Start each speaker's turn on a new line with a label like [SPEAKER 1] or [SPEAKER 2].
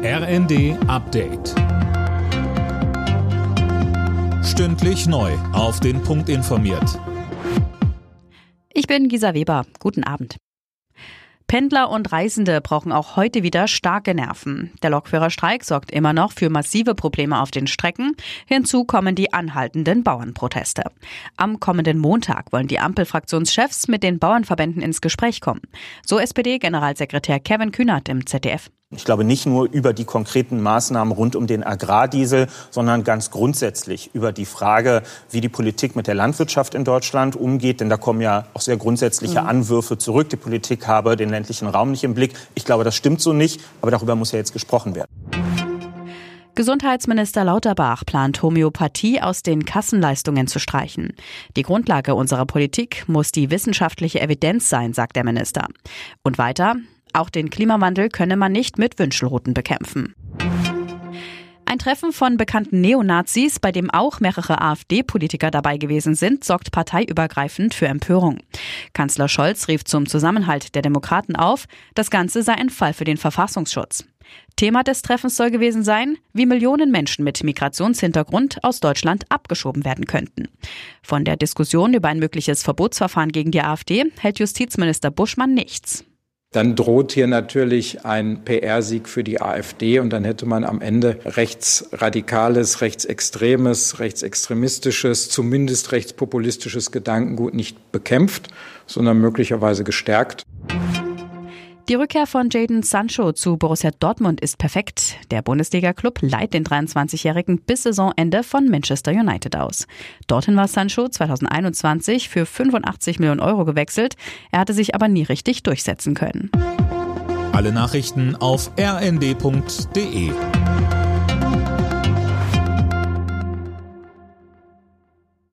[SPEAKER 1] RND Update. Stündlich neu auf den Punkt informiert.
[SPEAKER 2] Ich bin Gisa Weber. Guten Abend. Pendler und Reisende brauchen auch heute wieder starke Nerven. Der Lokführerstreik sorgt immer noch für massive Probleme auf den Strecken. Hinzu kommen die anhaltenden Bauernproteste. Am kommenden Montag wollen die Ampelfraktionschefs mit den Bauernverbänden ins Gespräch kommen. So SPD-Generalsekretär Kevin Kühnert im ZDF.
[SPEAKER 3] Ich glaube nicht nur über die konkreten Maßnahmen rund um den Agrardiesel, sondern ganz grundsätzlich über die Frage, wie die Politik mit der Landwirtschaft in Deutschland umgeht. Denn da kommen ja auch sehr grundsätzliche Anwürfe zurück. Die Politik habe den ländlichen Raum nicht im Blick. Ich glaube, das stimmt so nicht. Aber darüber muss ja jetzt gesprochen werden.
[SPEAKER 2] Gesundheitsminister Lauterbach plant, Homöopathie aus den Kassenleistungen zu streichen. Die Grundlage unserer Politik muss die wissenschaftliche Evidenz sein, sagt der Minister. Und weiter: Auch den Klimawandel könne man nicht mit Wünschelrouten bekämpfen. Ein Treffen von bekannten Neonazis, bei dem auch mehrere AfD-Politiker dabei gewesen sind, sorgt parteiübergreifend für Empörung. Kanzler Scholz rief zum Zusammenhalt der Demokraten auf, das Ganze sei ein Fall für den Verfassungsschutz. Thema des Treffens soll gewesen sein, wie Millionen Menschen mit Migrationshintergrund aus Deutschland abgeschoben werden könnten. Von der Diskussion über ein mögliches Verbotsverfahren gegen die AfD hält Justizminister Buschmann nichts.
[SPEAKER 4] Dann droht hier natürlich ein PR-Sieg für die AfD und dann hätte man am Ende rechtsradikales, rechtsextremes, rechtsextremistisches, zumindest rechtspopulistisches Gedankengut nicht bekämpft, sondern möglicherweise gestärkt.
[SPEAKER 2] Die Rückkehr von Jadon Sancho zu Borussia Dortmund ist perfekt. Der Bundesliga-Klub leiht den 23-Jährigen bis Saisonende von Manchester United aus. Dorthin war Sancho 2021 für 85 Millionen Euro gewechselt. Er hatte sich aber nie richtig durchsetzen können.
[SPEAKER 1] Alle Nachrichten auf rnd.de.